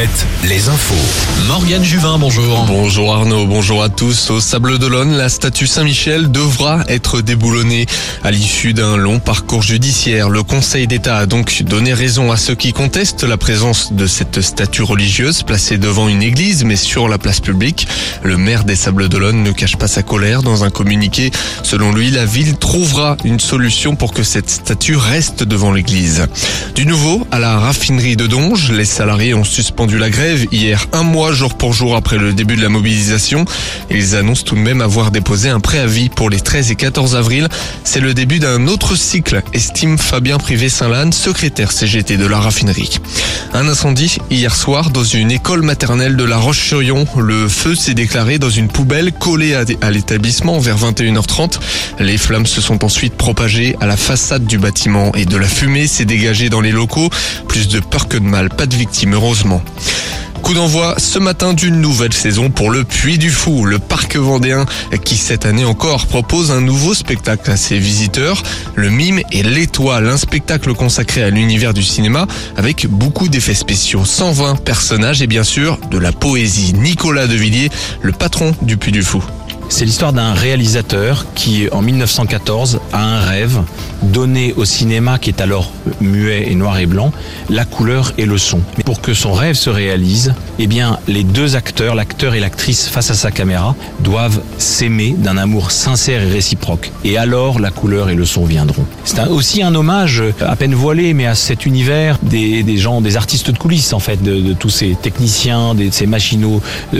Mohamed, les infos. Morgane Juvin, bonjour. Bonjour Arnaud, bonjour à tous. Au Sables-d'Olonne, la statue Saint-Michel devra être déboulonnée. À l'issue d'un long parcours judiciaire, le Conseil d'État a donc donné raison à ceux qui contestent la présence de cette statue religieuse placée devant une église, mais sur la place publique. Le maire des Sables-d'Olonne ne cache pas sa colère dans un communiqué. Selon lui, la ville trouvera une solution pour que cette statue reste devant l'église. Du nouveau, à la raffinerie de Donge, les salariés ont suspendu la grève hier, un mois jour pour jour après le début de la mobilisation. Ils annoncent tout de même avoir déposé un préavis pour les 13 et 14 avril. C'est le début d'un autre cycle, estime Fabien Privé-Saint-Lanne, secrétaire CGT de la raffinerie. Un incendie hier soir dans une école maternelle de La Roche-sur-Yon. Le feu s'est déclaré dans une poubelle collée à l'établissement vers 21h30. Les flammes se sont ensuite propagées à la façade du bâtiment et de la fumée s'est dégagée dans les locaux. Plus de peur que de mal, pas de victimes heureusement. Coup d'envoi ce matin d'une nouvelle saison pour le Puy du Fou, le parc vendéen qui cette année encore propose un nouveau spectacle à ses visiteurs. Le Mime et l'Étoile, un spectacle consacré à l'univers du cinéma avec beaucoup d'effets spéciaux, 120 personnages et bien sûr de la poésie. Nicolas Devilliers, le patron du Puy du Fou. C'est l'histoire d'un réalisateur qui, en 1914, a un rêve, donner au cinéma, qui est alors muet et noir et blanc, la couleur et le son. Mais pour que son rêve se réalise, eh bien, les deux acteurs, l'acteur et l'actrice face à sa caméra, doivent s'aimer d'un amour sincère et réciproque. Et alors, la couleur et le son viendront. C'est aussi un hommage, à peine voilé, mais à cet univers des gens, des artistes de coulisses, en fait, de tous ces techniciens, de ces machinaux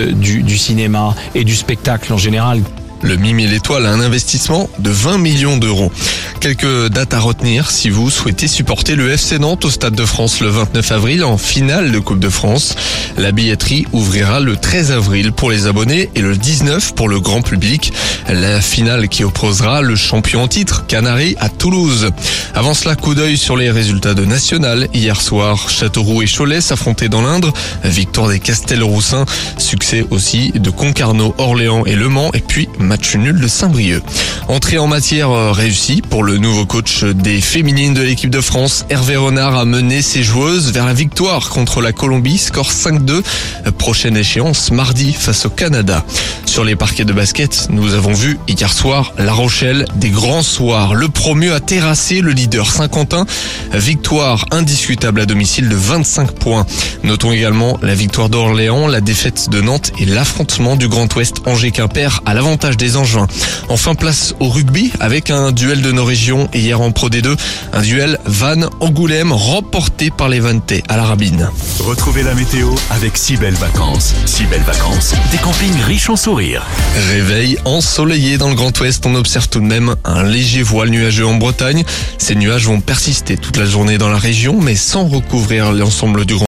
du cinéma et du spectacle en général. Le Mime et l'Étoile a un investissement de 20 millions d'euros. Quelques dates à retenir si vous souhaitez supporter le FC Nantes au Stade de France le 29 avril en finale de Coupe de France. La billetterie ouvrira le 13 avril pour les abonnés et le 19 pour le grand public. La finale qui opposera le champion en titre, Canaries, à Toulouse. Avant cela, coup d'œil sur les résultats de National. Hier soir, Châteauroux et Cholet s'affrontaient dans l'Indre. Victoire des Castelroussins. Succès aussi de Concarneau, Orléans et Le Mans. Et puis, match nul de Saint-Brieuc. Entrée en matière réussie pour le nouveau coach des féminines de l'équipe de France. Hervé Renard a mené ses joueuses vers la victoire contre la Colombie, score 5-2. Prochaine échéance mardi face au Canada. Sur les parquets de basket, nous avons vu hier soir La Rochelle, des grands soirs. Le promu a terrassé le leader Saint-Quentin. Victoire indiscutable à domicile de 25 points. Notons également la victoire d'Orléans, la défaite de Nantes et l'affrontement du Grand Ouest Angers-Quimper à l'avantage des Angevins. Enfin, place au rugby avec un duel de nos régions hier en Pro D2. Un duel Vannes-Angoulême remporté par les Vannetais à la Rabine. Retrouvez la météo avec Si Belles Vacances. Si Belles Vacances, des campings riches en sourires. Réveil ensoleillé dans le Grand Ouest. On observe tout de même un léger voile nuageux en Bretagne. Ces nuages vont persister toute la journée dans la région mais sans recouvrir l'ensemble du Grand